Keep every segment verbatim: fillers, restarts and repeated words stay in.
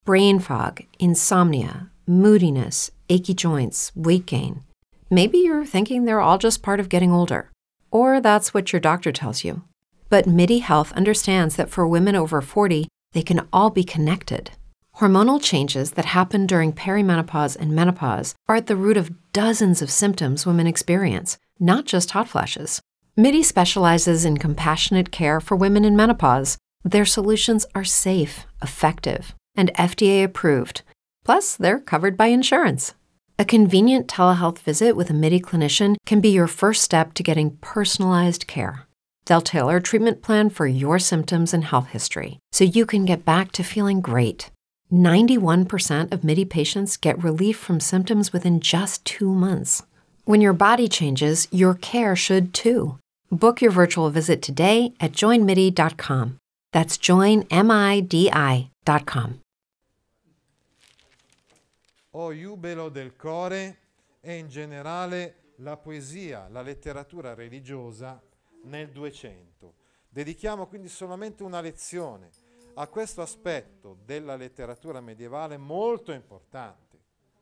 brain fog, insomnia, moodiness, achy joints, weight gain. Maybe you're thinking they're all just part of getting older, or that's what your doctor tells you. But MIDI Health understands that for women over forty, they can all be connected. Hormonal changes that happen during perimenopause and menopause are at the root of dozens of symptoms women experience, not just hot flashes. MIDI specializes in compassionate care for women in menopause. Their solutions are safe, effective, and F D A approved. Plus, they're covered by insurance. A convenient telehealth visit with a MIDI clinician can be your first step to getting personalized care. They'll tailor a treatment plan for your symptoms and health history so you can get back to feeling great. ninety-one percent of MIDI patients get relief from symptoms within just two months. When your body changes, your care should too. Book your virtual visit today at join midi dot com. That's join midi dot com. O Iubelo del Core e in generale la poesia, la letteratura religiosa nel Duecento. Dedichiamo quindi solamente una lezione a questo aspetto della letteratura medievale molto importante.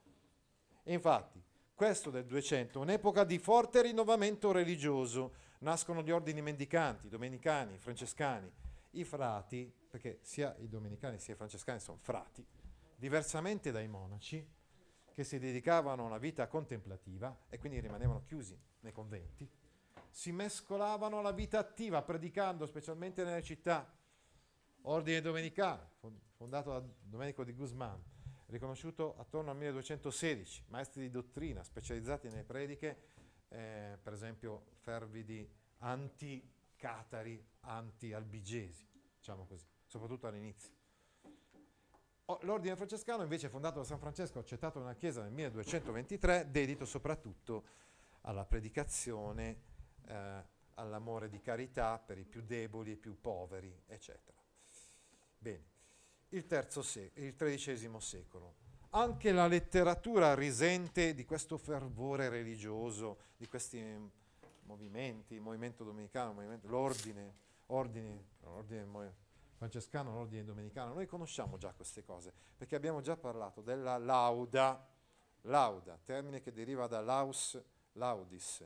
E infatti, questo del Duecento è un'epoca di forte rinnovamento religioso. Nascono gli ordini mendicanti, i domenicani, i francescani, i frati, perché sia i domenicani sia i francescani sono frati, diversamente dai monaci, che si dedicavano a una vita contemplativa e quindi rimanevano chiusi nei conventi, si mescolavano alla vita attiva, predicando specialmente nelle città. Ordine domenicale, fondato da Domenico di Guzman, riconosciuto attorno al milleduecentosedici, maestri di dottrina specializzati nelle prediche, eh, per esempio fervidi anti-catari, anti-albigesi, diciamo così, soprattutto all'inizio. L'ordine francescano invece è fondato da San Francesco, accettato nella Chiesa nel milleduecentoventitré, dedito soprattutto alla predicazione, eh, all'amore di carità per i più deboli e più poveri, eccetera. Bene, il, terzo sec- il tredicesimo secolo. Anche la letteratura risente di questo fervore religioso, di questi movimenti, il movimento domenicano, il movimento, l'ordine, ordine, l'ordine francescano, l'ordine domenicano. Noi conosciamo già queste cose, perché abbiamo già parlato della lauda, lauda, termine che deriva da laus laudis,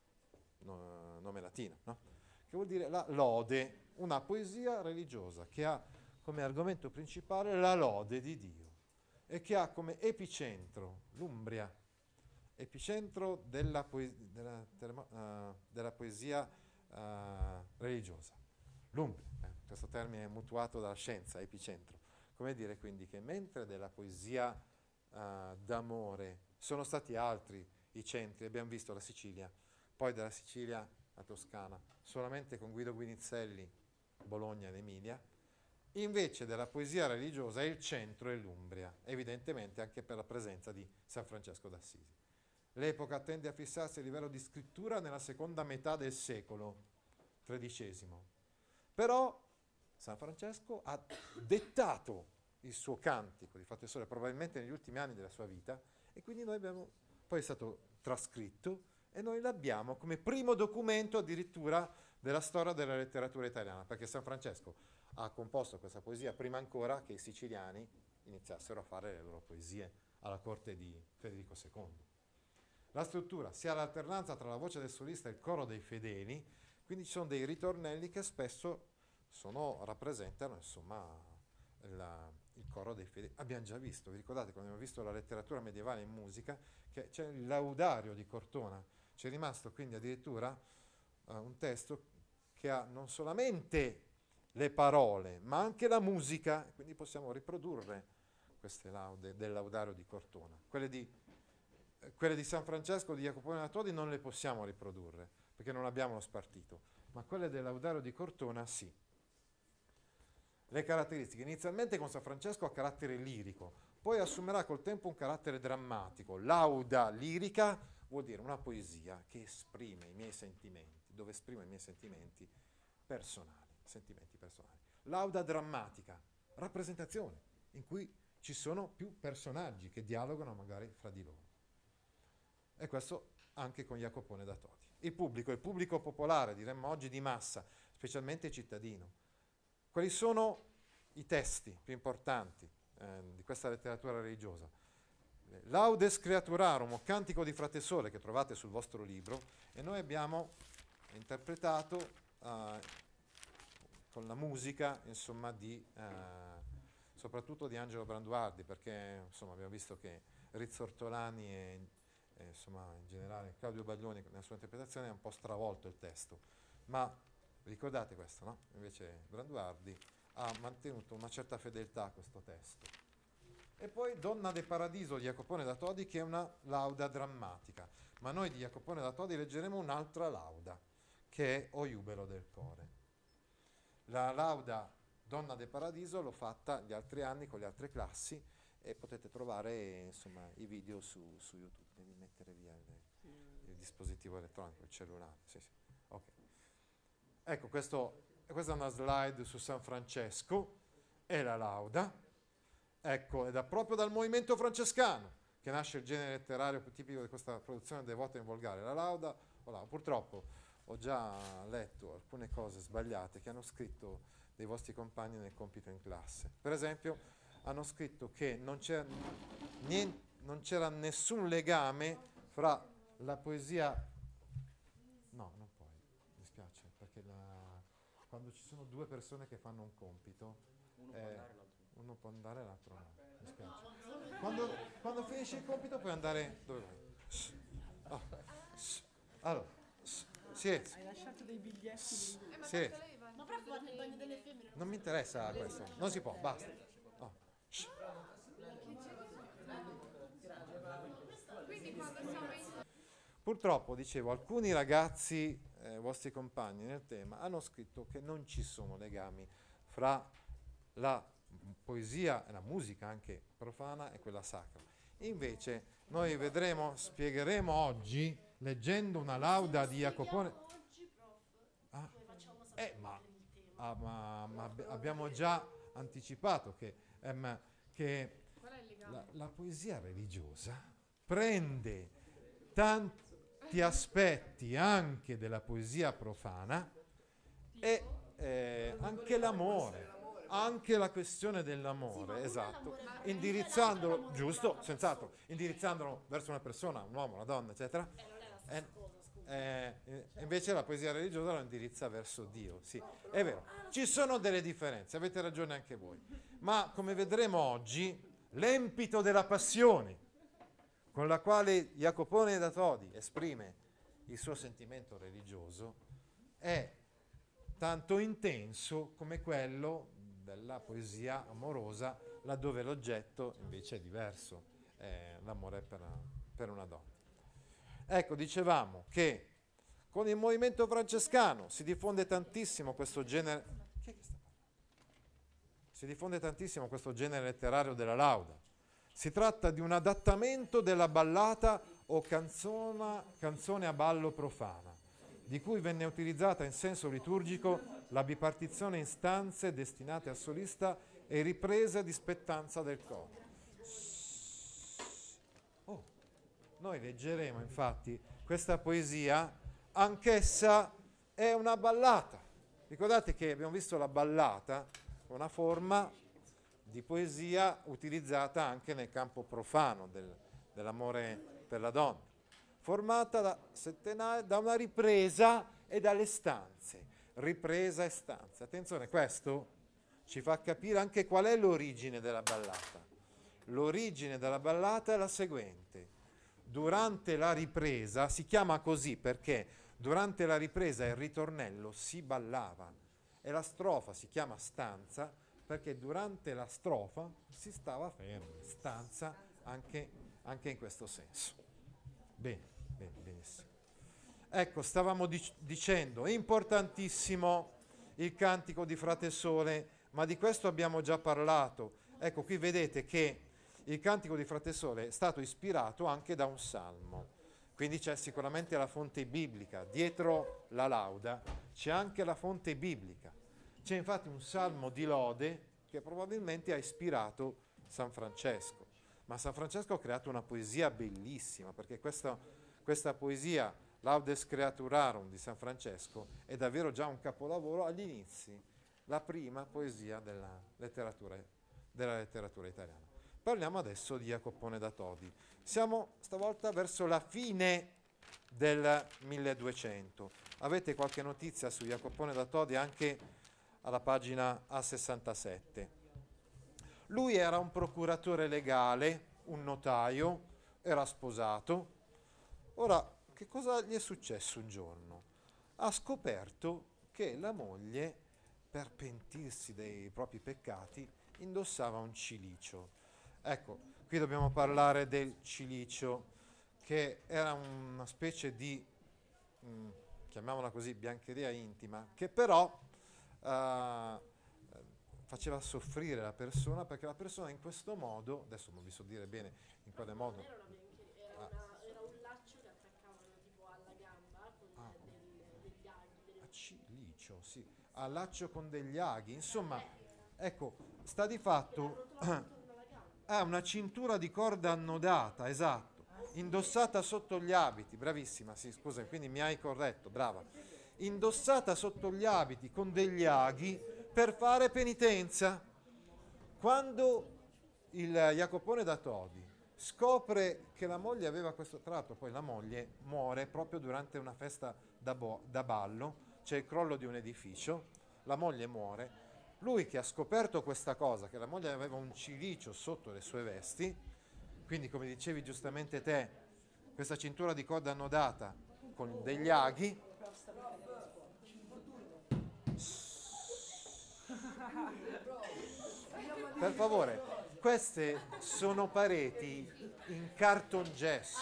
no, nome latino, no? Che vuol dire la lode, una poesia religiosa che ha come argomento principale la lode di Dio e che ha come epicentro l'Umbria, epicentro della, poes- della, termo- uh, della poesia uh, religiosa. L'Umbria, eh, questo termine è mutuato dalla scienza, epicentro. Come dire quindi che mentre della poesia uh, d'amore sono stati altri i centri, abbiamo visto la Sicilia, poi dalla Sicilia la Toscana, solamente con Guido Guinizelli, Bologna ed Emilia. Invece della poesia religiosa il centro è l'Umbria, evidentemente anche per la presenza di San Francesco d'Assisi. L'epoca tende a fissarsi a livello di scrittura nella seconda metà del secolo tredicesimo. Però San Francesco ha dettato il suo cantico di Frate Sole probabilmente negli ultimi anni della sua vita e quindi noi abbiamo, poi è stato trascritto e noi l'abbiamo come primo documento addirittura della storia della letteratura italiana, perché San Francesco ha composto questa poesia prima ancora che i siciliani iniziassero a fare le loro poesie alla corte di Federico secondo. La struttura, sia l'alternanza tra la voce del solista e il coro dei fedeli, quindi ci sono dei ritornelli che spesso sono, rappresentano insomma la, il coro dei fedeli. Abbiamo già visto, vi ricordate quando abbiamo visto la letteratura medievale in musica, che c'è il Laudario di Cortona, c'è rimasto quindi addirittura uh, un testo che ha non solamente le parole, ma anche la musica, quindi possiamo riprodurre queste laude del Laudario di Cortona. Quelle di, eh, quelle di San Francesco, di Jacopone da Todi non le possiamo riprodurre, perché non abbiamo lo spartito, ma quelle del Laudario di Cortona sì. Le caratteristiche, inizialmente con San Francesco ha carattere lirico, poi assumerà col tempo un carattere drammatico. Lauda lirica vuol dire una poesia che esprime i miei sentimenti, dove esprimo i miei sentimenti personali. sentimenti personali. Lauda drammatica, rappresentazione, in cui ci sono più personaggi che dialogano magari fra di loro. E questo anche con Jacopone da Todi. Il pubblico, il pubblico popolare, diremmo oggi di massa, specialmente cittadino. Quali sono i testi più importanti eh, di questa letteratura religiosa. Laudes Creaturarum, o Cantico di Frate Sole, che trovate sul vostro libro, e noi abbiamo interpretato uh, con la musica, insomma, di, uh, soprattutto di Angelo Branduardi, perché insomma, abbiamo visto che Rizzo Ortolani e, e insomma, in generale Claudio Baglioni nella sua interpretazione ha un po' stravolto il testo, ma ricordate questo, no? Invece Branduardi ha mantenuto una certa fedeltà a questo testo. E poi Donna de Paradiso di Jacopone da Todi, che è una lauda drammatica, ma noi di Jacopone da Todi leggeremo un'altra lauda, che è O Jubelo del Core. La lauda Donna de Paradiso l'ho fatta gli altri anni con le altre classi e potete trovare insomma i video su, su YouTube. Devi mettere via il, il dispositivo elettronico, il cellulare. Sì, sì. Okay. Ecco, questo, questa è una slide su San Francesco, è la lauda. Ecco, ed è proprio dal movimento francescano che nasce il genere letterario più tipico di questa produzione devota in volgare, la lauda o lauda. Purtroppo ho già letto alcune cose sbagliate che hanno scritto dei vostri compagni nel compito in classe. Per esempio, hanno scritto che non c'era, niente, non c'era nessun legame fra la poesia... No, non puoi, mi dispiace, perché la, quando ci sono due persone che fanno un compito... Uno eh, può andare, l'altro uno può andare, l'altro no, mi spiace. Quando, quando finisci il compito puoi andare dove vuoi. Oh. Allora, siete. Hai lasciato dei biglietti. Eh, ma però fare il bagno delle femmine. Non mi interessa questo, non si può, basta. Oh. Purtroppo, dicevo, alcuni ragazzi, eh, vostri compagni nel tema, hanno scritto che non ci sono legami fra la poesia e la musica anche profana e quella sacra. Invece noi vedremo, spiegheremo oggi, leggendo una lauda di Jacopone. Ah, eh, ma, ah, ma, ma abbiamo già anticipato che, ehm, che la, la poesia religiosa prende tanti aspetti anche della poesia profana e eh, anche l'amore. Anche la questione dell'amore, sì, esatto, indirizzandolo, giusto, senz'altro, indirizzandolo verso una persona, un uomo, una donna, eccetera. Eh, eh, eh, invece la poesia religiosa lo indirizza verso Dio, sì, è vero. Ci sono delle differenze, avete ragione anche voi, ma come vedremo oggi, l'empito della passione con la quale Jacopone da Todi esprime il suo sentimento religioso è tanto intenso come quello della poesia amorosa, laddove l'oggetto invece è diverso, è l'amore per una, per una donna. Ecco, dicevamo che con il movimento francescano si diffonde tantissimo questo genere. Chi è che sta parlando? Si diffonde tantissimo questo genere letterario della lauda. Si tratta di un adattamento della ballata o canzona, canzone a ballo profana, di cui venne utilizzata in senso liturgico la bipartizione in stanze destinate al solista e riprese di spettanza del coro. Oh, noi leggeremo infatti questa poesia, anch'essa è una ballata. Ricordate che abbiamo visto la ballata, una forma di poesia utilizzata anche nel campo profano del, dell'amore per la donna, formata da, settenale, da una ripresa e dalle stanze. Ripresa e stanze. Attenzione, questo ci fa capire anche qual è l'origine della ballata. L'origine della ballata è la seguente. Durante la ripresa, si chiama così perché durante la ripresa e il ritornello si ballava e la strofa si chiama stanza perché durante la strofa si stava fermi. Stanza anche, anche in questo senso. Bene, bene, benissimo. Ecco, stavamo dic- dicendo, è importantissimo il cantico di Frate Sole, ma di questo abbiamo già parlato. Ecco, qui vedete che il cantico di Frate Sole è stato ispirato anche da un salmo, quindi c'è sicuramente la fonte biblica. Dietro la lauda c'è anche la fonte biblica. C'è infatti un salmo di lode che probabilmente ha ispirato San Francesco. Ma San Francesco ha creato una poesia bellissima, perché questa, questa poesia, Laudes Creaturarum di San Francesco, è davvero già un capolavoro agli inizi, la prima poesia della letteratura, della letteratura italiana. Parliamo adesso di Jacopone da Todi. Siamo stavolta verso la fine del milleduecento. Avete qualche notizia su Jacopone da Todi anche alla pagina A sessantasette. Lui era un procuratore legale, un notaio, era sposato. Ora, che cosa gli è successo un giorno? Ha scoperto che la moglie, per pentirsi dei propri peccati, indossava un cilicio. Ecco, qui dobbiamo parlare del cilicio, che era una specie di, mh, chiamiamola così, biancheria intima, che però eh, faceva soffrire la persona, perché la persona in questo modo, adesso non vi so dire bene in quale modo. Non era una biancheria, era, una- era un laccio che attaccavano tipo alla gamba con Ah, del- degli aghi, delle- a cilicio, sì, a laccio con degli aghi, insomma, ecco, sta di fatto. arrotolato intorno alla gamba. Ah, una cintura di corda annodata, esatto, indossata sotto gli abiti, bravissima, sì, scusa, quindi mi hai corretto, brava. Indossata sotto gli abiti con degli aghi per fare penitenza. Quando il Jacopone da Todi scopre che la moglie aveva questo tratto, poi la moglie muore proprio durante una festa da, bo- da ballo, c'è il crollo di un edificio, la moglie muore, lui che ha scoperto questa cosa, che la moglie aveva un cilicio sotto le sue vesti, quindi come dicevi giustamente te, questa cintura di corda annodata con degli aghi, per favore, queste sono pareti in cartongesso,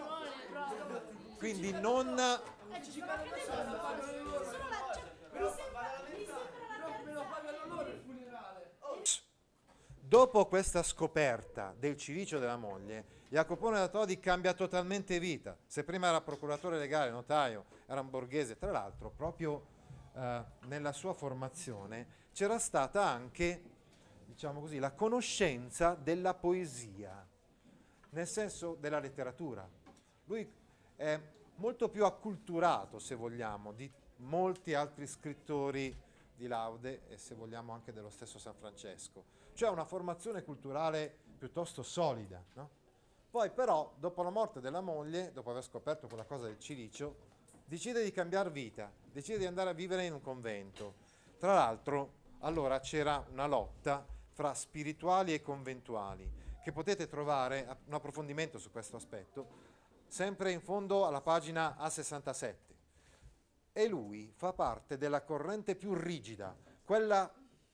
quindi non. Eh, ci stava credendo, solo la, cioè, mi sembra, mi sembra la terza. Dopo questa scoperta del cilicio della moglie, Jacopone da Todi cambia totalmente vita. Se prima era procuratore legale, notaio, era un borghese, tra l'altro proprio eh, nella sua formazione c'era stata anche, diciamo così, la conoscenza della poesia, nel senso della letteratura. Lui è molto più acculturato, se vogliamo, di molti altri scrittori di laude e se vogliamo anche dello stesso San Francesco, cioè una formazione culturale piuttosto solida, no? Poi però, dopo la morte della moglie, dopo aver scoperto quella cosa del cilicio, decide di cambiare vita, decide di andare a vivere in un convento. Tra l'altro, allora c'era una lotta fra spirituali e conventuali, che potete trovare un approfondimento su questo aspetto, sempre in fondo alla pagina A sessantasette. E lui fa parte della corrente più rigida, quella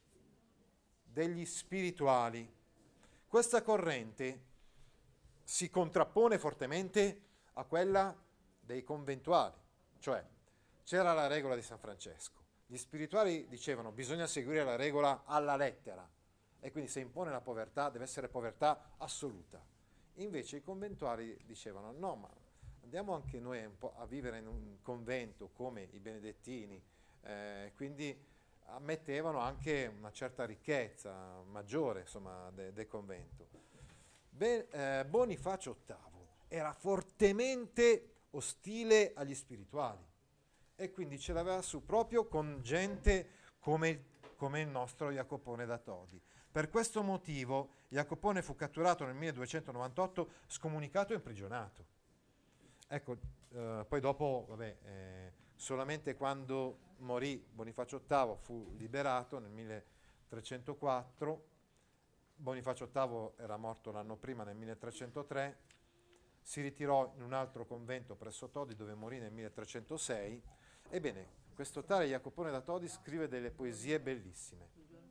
degli spirituali. Questa corrente si contrappone fortemente a quella dei conventuali, cioè c'era la regola di San Francesco. Gli spirituali dicevano bisogna seguire la regola alla lettera e quindi se impone la povertà deve essere povertà assoluta. Invece i conventuali dicevano no, ma andiamo anche noi un po' a vivere in un convento come i benedettini, eh, quindi ammettevano anche una certa ricchezza maggiore, insomma, de- del convento. Ben- eh, Bonifacio ottavo era fortemente ostile agli spirituali e quindi ce l'aveva su proprio con gente come, come il nostro Jacopone da Todi. Per questo motivo Jacopone fu catturato nel milleduecentonovantotto, scomunicato e imprigionato. Ecco, eh, poi dopo, vabbè, eh, solamente quando morì Bonifacio ottavo fu liberato nel milletrecentoquattro. Bonifacio ottavo era morto l'anno prima, nel milletrecentotre, si ritirò in un altro convento presso Todi dove morì nel milletrecentosei. Ebbene, questo tale Jacopone da Todi scrive delle poesie bellissime.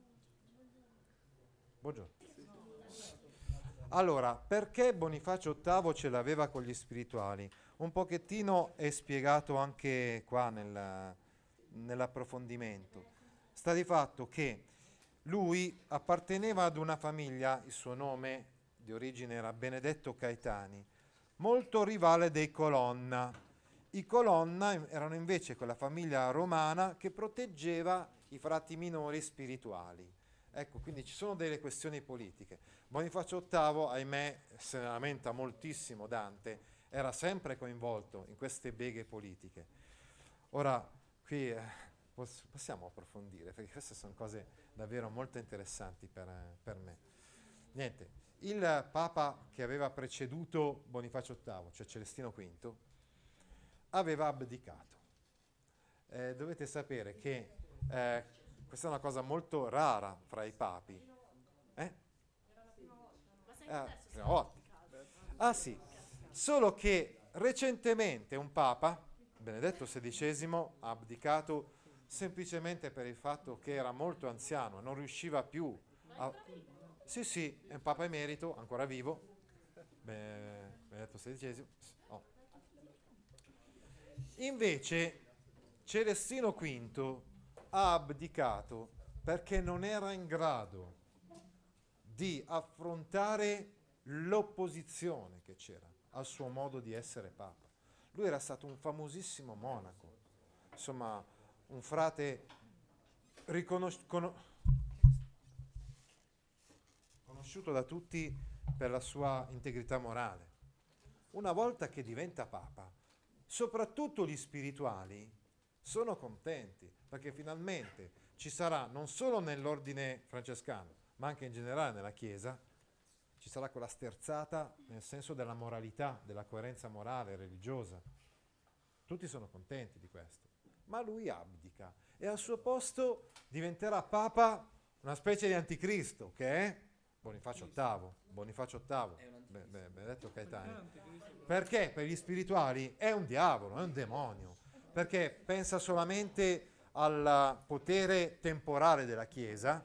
Buongiorno. Allora, perché Bonifacio ottavo ce l'aveva con gli spirituali? Un pochettino è spiegato anche qua nel, nell'approfondimento. Sta di fatto che lui apparteneva ad una famiglia, il suo nome di origine era Benedetto Caetani, molto rivale dei Colonna. I Colonna erano invece quella famiglia romana che proteggeva i frati minori spirituali. Ecco, quindi ci sono delle questioni politiche. Bonifacio ottavo, ahimè, se ne lamenta moltissimo Dante, era sempre coinvolto in queste beghe politiche. Ora, qui eh, poss- possiamo approfondire, perché queste sono cose davvero molto interessanti per, per me. Niente, Il Papa che aveva preceduto Bonifacio ottavo, cioè Celestino quinto, aveva abdicato. Eh, dovete sapere che eh, questa è una cosa molto rara fra i papi. Eh? Ah, prima volta. Ah sì, solo che recentemente un Papa, Benedetto sedicesimo, ha abdicato semplicemente per il fatto che era molto anziano e non riusciva più a... Sì, sì, è un Papa emerito, ancora vivo, Be- Benedetto sedicesimo. Oh. Invece Celestino quinto ha abdicato perché non era in grado di affrontare l'opposizione che c'era al suo modo di essere Papa. Lui era stato un famosissimo monaco, insomma un frate riconos- cono- conosciuto da tutti per la sua integrità morale. Una volta che diventa Papa, soprattutto gli spirituali sono contenti, perché finalmente ci sarà non solo nell'ordine francescano, ma anche in generale nella Chiesa, ci sarà quella sterzata nel senso della moralità, della coerenza morale, religiosa. Tutti sono contenti di questo. Ma lui abdica e al suo posto diventerà Papa una specie di anticristo, che è Bonifacio ottavo. Bonifacio ottavo, be- be- Benedetto Caetani. Perché per gli spirituali è un diavolo, è un demonio, perché pensa solamente al potere temporale della Chiesa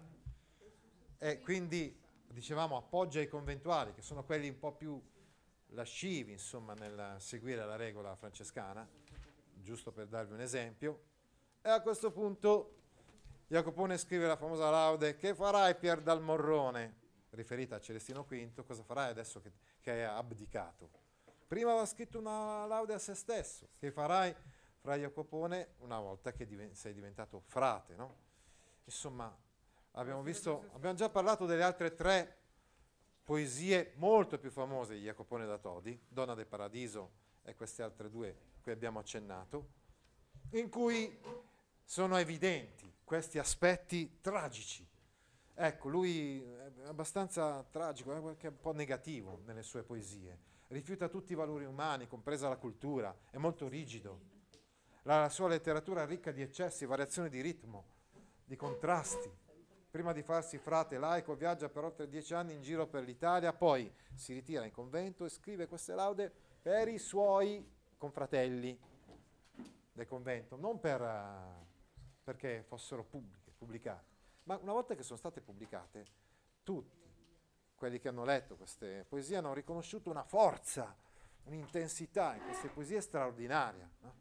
e quindi, dicevamo, appoggia i conventuali, che sono quelli un po' più lascivi, insomma, nel seguire la regola francescana, giusto per darvi un esempio. E a questo punto Jacopone scrive la famosa laude: che farai Pier dal Morrone? Riferita a Celestino quinto, cosa farai adesso che, che hai abdicato? Prima aveva scritto una laude a se stesso: che farai, fra Jacopone, una volta che diven- sei diventato frate, no? Insomma, abbiamo visto, abbiamo già parlato delle altre tre poesie molto più famose di Jacopone da Todi, Donna del Paradiso e queste altre due cui abbiamo accennato, in cui sono evidenti questi aspetti tragici. Ecco, lui è abbastanza tragico, è anche un po' negativo nelle sue poesie, rifiuta tutti i valori umani, compresa la cultura, è molto rigido. La sua letteratura è ricca di eccessi, variazioni di ritmo, di contrasti. Prima di farsi frate laico viaggia per oltre dieci anni in giro per l'Italia, poi si ritira in convento e scrive queste laude per i suoi confratelli del convento, non per, uh, perché fossero pubbliche, pubblicate, ma una volta che sono state pubblicate, tutti quelli che hanno letto queste poesie hanno riconosciuto una forza, un'intensità in queste poesie straordinaria, no?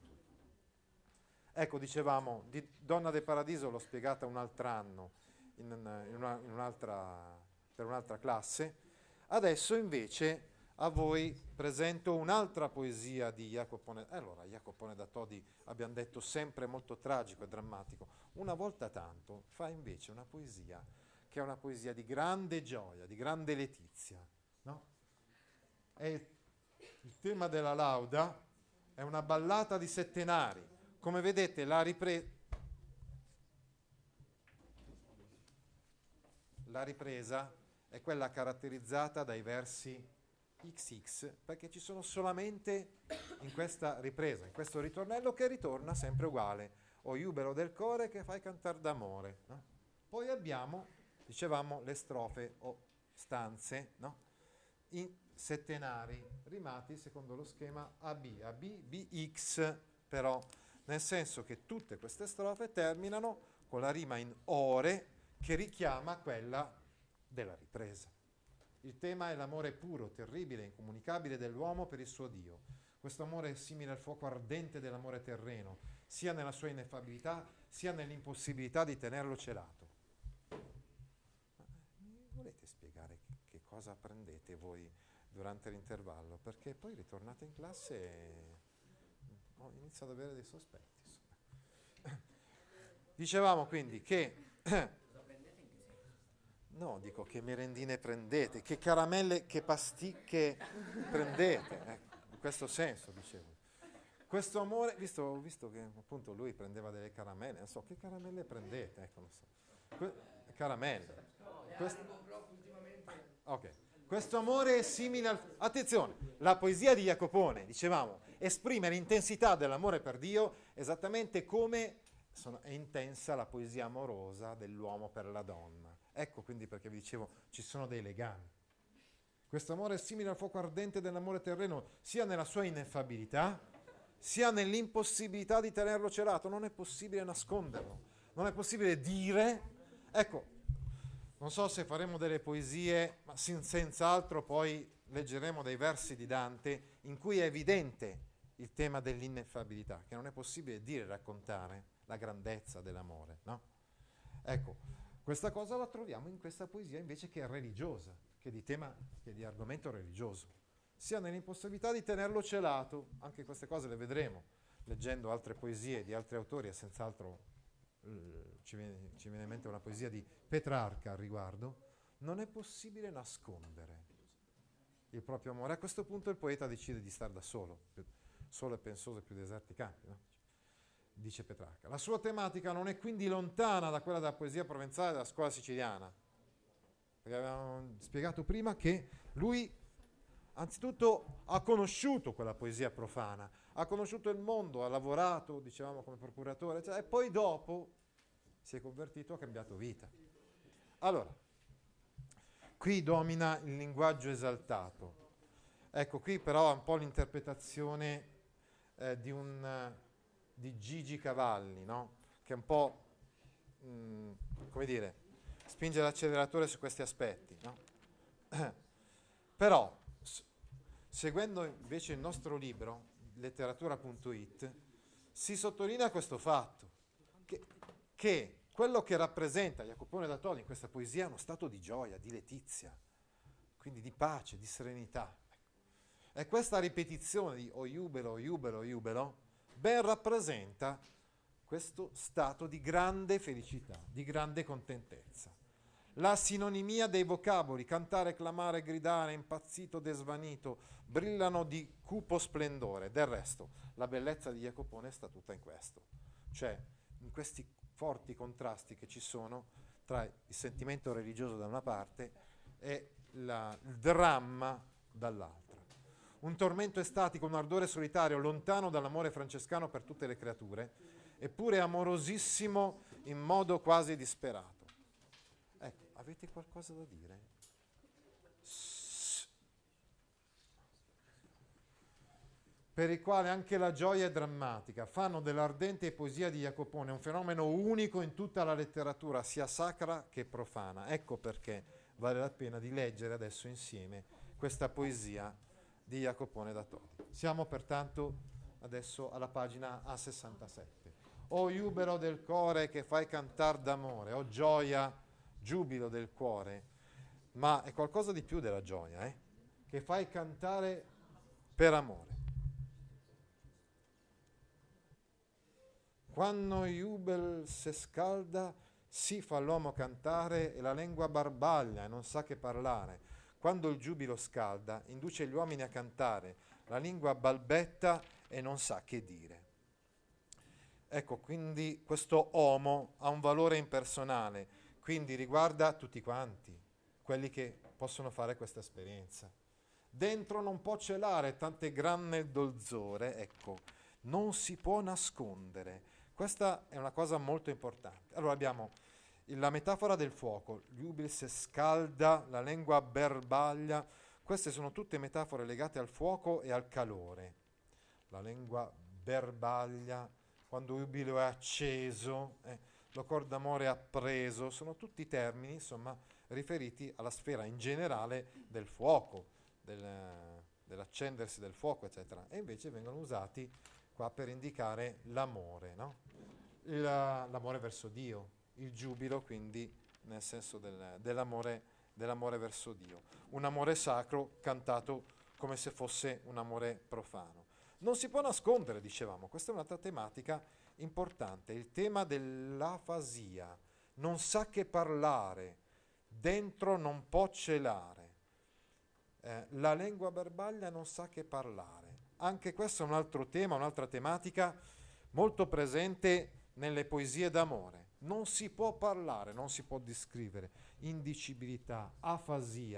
Ecco, dicevamo, di Donna del Paradiso l'ho spiegata un altro anno in, in una, in un'altra, per un'altra classe. Adesso invece a voi presento un'altra poesia di Jacopone. Allora, Jacopone da Todi, abbiamo detto, sempre molto tragico e drammatico. Una volta tanto fa invece una poesia che è una poesia di grande gioia, di grande letizia, no? È il, il tema della lauda è una ballata di settenari. Come vedete, la, ripre- la ripresa è quella caratterizzata dai versi X X, perché ci sono solamente in questa ripresa, in questo ritornello che ritorna sempre uguale: o jubelo del core che fai cantar d'amore, no? Poi abbiamo, dicevamo, le strofe o stanze, no? In settenari, rimati secondo lo schema A B, A B, B X, però nel senso che tutte queste strofe terminano con la rima in ore che richiama quella della ripresa. Il tema è l'amore puro, terribile, incomunicabile dell'uomo per il suo Dio. Questo amore è simile al fuoco ardente dell'amore terreno, sia nella sua ineffabilità, sia nell'impossibilità di tenerlo celato. Mi volete spiegare che cosa apprendete voi durante l'intervallo? Perché poi ritornate in classe e oh, inizio ad avere dei sospetti. Dicevamo quindi che... No, dico che merendine prendete, che caramelle, che pasticche prendete, ecco, in questo senso dicevo. Questo amore, visto, visto che appunto lui prendeva delle caramelle, non so, che caramelle prendete, ecco, non so. Que- caramelle. Quest- ok. questo amore è simile al... Attenzione, la poesia di Jacopone, dicevamo, esprime l'intensità dell'amore per Dio esattamente come sono, è intensa la poesia amorosa dell'uomo per la donna. Ecco quindi perché vi dicevo, ci sono dei legami. Questo amore è simile al fuoco ardente dell'amore terreno, sia nella sua ineffabilità, sia nell'impossibilità di tenerlo celato. Non è possibile nasconderlo, non è possibile dire... Ecco, non so se faremo delle poesie, ma sen- senz'altro poi leggeremo dei versi di Dante in cui è evidente il tema dell'ineffabilità, che non è possibile dire, raccontare la grandezza dell'amore, no? Ecco, questa cosa la troviamo in questa poesia invece che è religiosa, che è di tema, che è di argomento religioso, sia nell'impossibilità di tenerlo celato, anche queste cose le vedremo leggendo altre poesie di altri autori, e senz'altro eh, ci, viene, ci viene in mente una poesia di Petrarca al riguardo. Non è possibile nascondere il proprio amore. A questo punto il poeta decide di stare da solo, solo e pensoso e più deserti campi, no? Dice Petrarca. La sua tematica non è quindi lontana da quella della poesia provenzale della scuola siciliana, perché avevamo spiegato prima che lui anzitutto ha conosciuto quella poesia profana, ha conosciuto il mondo, ha lavorato, dicevamo, come procuratore, cioè, e poi dopo si è convertito, ha cambiato vita. Allora, qui domina il linguaggio esaltato. Ecco, qui però è un po' l'interpretazione eh, di un... di Gigi Cavalli, no? Che un po', mh, come dire, spinge l'acceleratore su questi aspetti, no? Però, s- seguendo invece il nostro libro, letteratura punto it, si sottolinea questo fatto, che, che quello che rappresenta Jacopone da Todi in questa poesia è uno stato di gioia, di letizia, quindi di pace, di serenità. E questa ripetizione di o iubelo, o iubelo, o iubelo, ben rappresenta questo stato di grande felicità, di grande contentezza. La sinonimia dei vocaboli, cantare, clamare, gridare, impazzito, desvanito, brillano di cupo splendore. Del resto, la bellezza di Jacopone sta tutta in questo, cioè in questi forti contrasti che ci sono tra il sentimento religioso da una parte e la, il dramma dall'altra. Un tormento estatico, un ardore solitario, lontano dall'amore francescano per tutte le creature, eppure amorosissimo in modo quasi disperato. Ecco, avete qualcosa da dire? Sss. Per il quale anche la gioia è drammatica, fanno dell'ardente poesia di Jacopone un fenomeno unico in tutta la letteratura, sia sacra che profana. Ecco perché vale la pena di leggere adesso insieme questa poesia di Jacopone da Todi. Siamo pertanto adesso alla pagina A sessantasette. O iubero del cuore che fai cantar d'amore, o gioia, giubilo del cuore, ma è qualcosa di più della gioia, eh? Che fai cantare per amore. Quando iubel se scalda, si fa l'uomo cantare e la lingua barbaglia e non sa che parlare. Quando il giubilo scalda, induce gli uomini a cantare, la lingua balbetta e non sa che dire. Ecco, quindi questo omo ha un valore impersonale, quindi riguarda tutti quanti, quelli che possono fare questa esperienza. Dentro non può celare tante granne dolzore, ecco, non si può nascondere. Questa è una cosa molto importante. Allora abbiamo la metafora del fuoco, l'iubile scalda, la lingua berbaglia, queste sono tutte metafore legate al fuoco e al calore. La lingua berbaglia, quando l'iubile è acceso, eh, lo cor d'amore appreso, sono tutti termini, insomma, riferiti alla sfera in generale del fuoco, del, dell'accendersi del fuoco, eccetera. E invece vengono usati qua per indicare l'amore, no? La, l'amore verso Dio. Il giubilo, quindi, nel senso del, dell'amore, dell'amore verso Dio. Un amore sacro cantato come se fosse un amore profano. Non si può nascondere, dicevamo, questa è un'altra tematica importante, il tema dell'afasia. Non sa che parlare, dentro non può celare. Eh, la lingua berbaglia non sa che parlare. Anche questo è un altro tema, un'altra tematica molto presente nelle poesie d'amore. Non si può parlare, non si può descrivere. Indicibilità, afasia,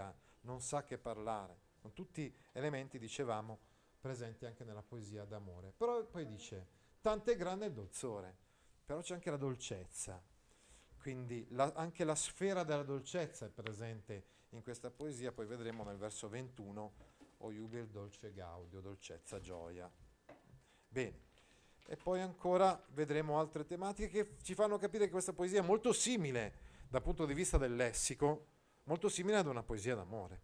non sa che parlare. Sono tutti elementi, dicevamo, presenti anche nella poesia d'amore. Però poi dice, tanto è grande il dozzore, però c'è anche la dolcezza. Quindi la, anche la sfera della dolcezza è presente in questa poesia, poi vedremo nel verso ventuno, o iubil dolce gaudio, dolcezza, gioia. Bene, e poi ancora vedremo altre tematiche che ci fanno capire che questa poesia è molto simile, dal punto di vista del lessico, molto simile ad una poesia d'amore.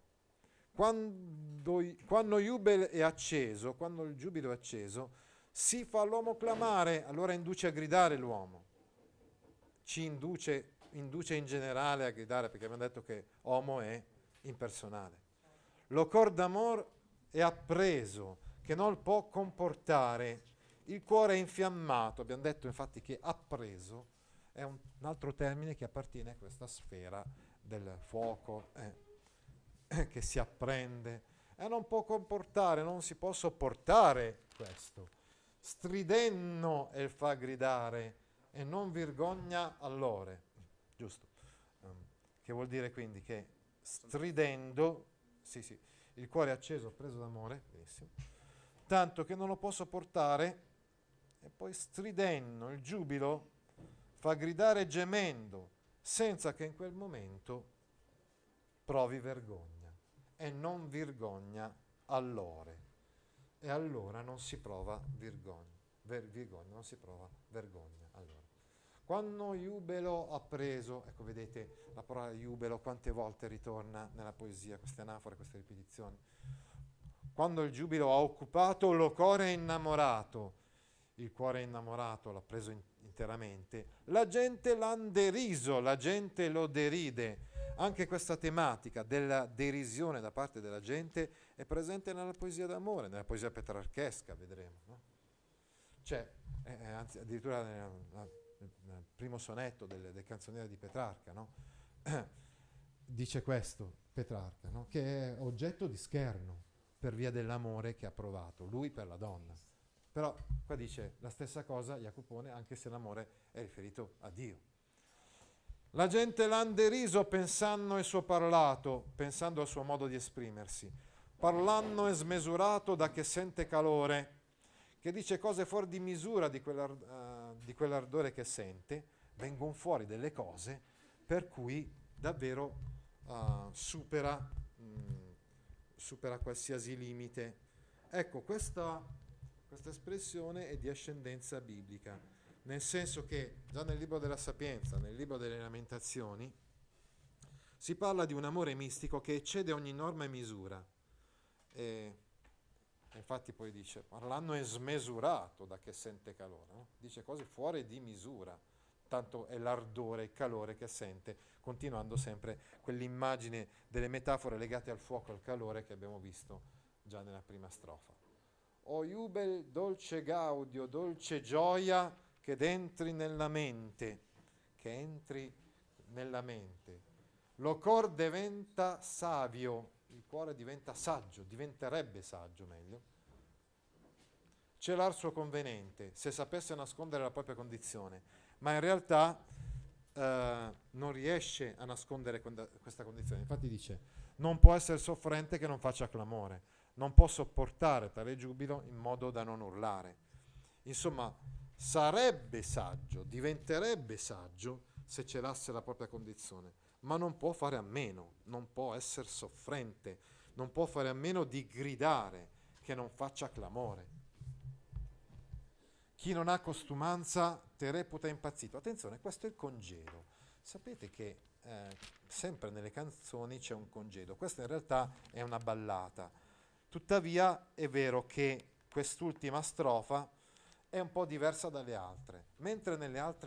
Quando, quando iubel è acceso, quando il giubilo è acceso, si fa l'uomo clamare, allora induce a gridare l'uomo. Ci induce, induce in generale a gridare, perché abbiamo detto che homo è impersonale. Lo cor d'amor è appreso, che non può comportare, il cuore è infiammato. Abbiamo detto infatti che appreso è un, un altro termine che appartiene a questa sfera del fuoco eh, che si apprende e non può comportare, non si può sopportare questo. Stridenno è il fa gridare e non vergogna all'ore, giusto? Um, che vuol dire quindi che stridendo, sì sì, il cuore è acceso, preso d'amore, benissimo, tanto che non lo può sopportare, e poi stridendo, il giubilo fa gridare gemendo, senza che in quel momento provi vergogna, e non vergogna all'ore, e allora non si prova vergogna, ver- vergogna, non si prova vergogna allora. Quando iubelo ha preso, ecco vedete la parola iubelo quante volte ritorna nella poesia, queste anafore, queste ripetizioni. Quando il giubilo ha occupato, lo cuore è innamorato, il cuore è innamorato, l'ha preso in- interamente, la gente l'ha deriso, la gente lo deride. Anche questa tematica della derisione da parte della gente è presente nella poesia d'amore, nella poesia petrarchesca, vedremo. No? C'è, eh, anzi, addirittura nella, nella, nel primo sonetto del, del canzoniere di Petrarca, no? Dice questo Petrarca, no? Che è oggetto di scherno per via dell'amore che ha provato, lui per la donna. Però qua dice la stessa cosa Jacopone, anche se l'amore è riferito a Dio. La gente l'ha deriso pensando il suo parlato, pensando al suo modo di esprimersi. Parlando è smisurato da che sente calore, che dice cose fuori di misura di, quell'ard- uh, di quell'ardore che sente, vengono fuori delle cose per cui davvero uh, supera, mh, supera qualsiasi limite. Ecco, questa, questa espressione è di ascendenza biblica, nel senso che già nel libro della Sapienza, nel libro delle Lamentazioni, si parla di un amore mistico che eccede ogni norma e misura. E infatti poi dice, parlando è smisurato da che sente calore, no? Dice cose fuori di misura, tanto è l'ardore, il calore che sente, continuando sempre quell'immagine delle metafore legate al fuoco e al calore che abbiamo visto già nella prima strofa. O iubel dolce gaudio, dolce gioia, che entri nella mente, che entri nella mente. Lo cor diventa savio, il cuore diventa saggio, diventerebbe saggio meglio. Celar suo convenente, se sapesse nascondere la propria condizione, ma in realtà eh, non riesce a nascondere questa condizione. Infatti dice, non può essere soffrente che non faccia clamore, non può sopportare tale giubilo in modo da non urlare. Insomma, sarebbe saggio, diventerebbe saggio se celasse la propria condizione, ma non può fare a meno, non può essere soffrente, non può fare a meno di gridare che non faccia clamore. Chi non ha costumanza te reputa impazzito. Attenzione, questo è il congedo. Sapete che eh, sempre nelle canzoni c'è un congedo. Questa in realtà è una ballata. Tuttavia è vero che quest'ultima strofa è un po' diversa dalle altre, mentre nelle altre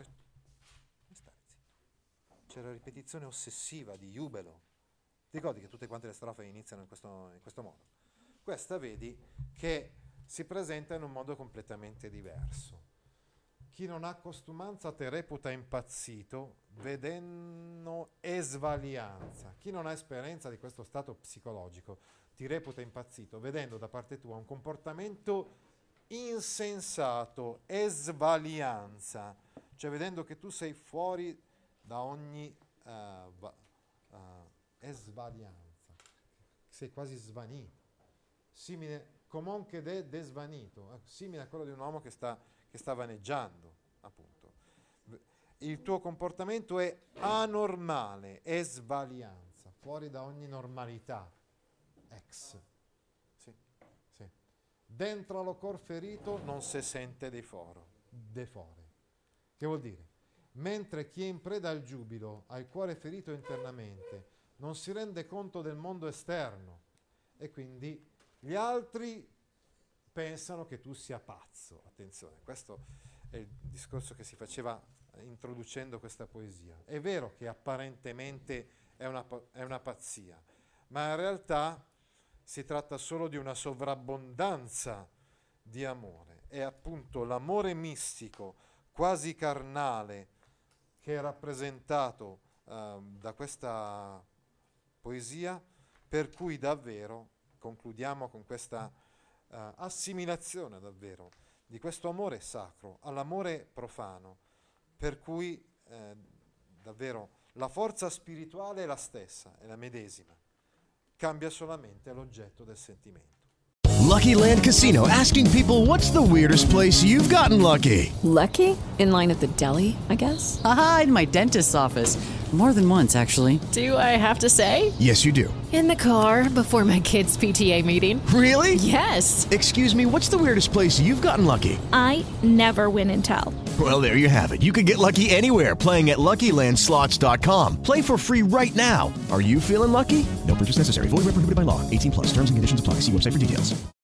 c'è la ripetizione ossessiva di iubelo. Ti ricordi che tutte quante le strofe iniziano in questo, in questo modo? Questa vedi che si presenta in un modo completamente diverso. Chi non ha costumanza te reputa impazzito, vedendo esvalianza. Chi non ha esperienza di questo stato psicologico ti reputa impazzito, vedendo da parte tua un comportamento insensato, esvalianza, cioè vedendo che tu sei fuori da ogni uh, va, uh, esvalianza. sei quasi svanito, simile comunque de, de svanito, eh, simile a quello di un uomo che sta, che sta vaneggiando, appunto. Il tuo comportamento è anormale, è svalianza, fuori da ogni normalità. Ex. Sì, sì. Dentro allo cor ferito non si sente dei foro, de fore. Che vuol dire? Mentre chi è in preda al giubilo, ha il cuore ferito internamente, non si rende conto del mondo esterno e quindi gli altri pensano che tu sia pazzo. Attenzione, questo è il discorso che si faceva introducendo questa poesia. È vero che apparentemente è una, è una pazzia, ma in realtà si tratta solo di una sovrabbondanza di amore. È appunto l'amore mistico, quasi carnale, che è rappresentato uh, da questa poesia, per cui davvero concludiamo con questa uh, assimilazione davvero di questo amore sacro all'amore profano, per cui eh, davvero la forza spirituale è la stessa, è la medesima, cambia solamente l'oggetto del sentimento. Lucky Land Casino, asking people, what's the weirdest place you've gotten lucky? Lucky? In line at the deli, I guess? Aha, in my dentist's office. More than once, actually. Do I have to say? Yes, you do. In the car before my kids' P T A meeting. Really? Yes. Excuse me, what's the weirdest place you've gotten lucky? I never win and tell. Well, there you have it. You can get lucky anywhere, playing at Lucky Land Slots dot com. Play for free right now. Are you feeling lucky? No purchase necessary. Void where prohibited by law. eighteen plus. Terms and conditions apply. See website for details.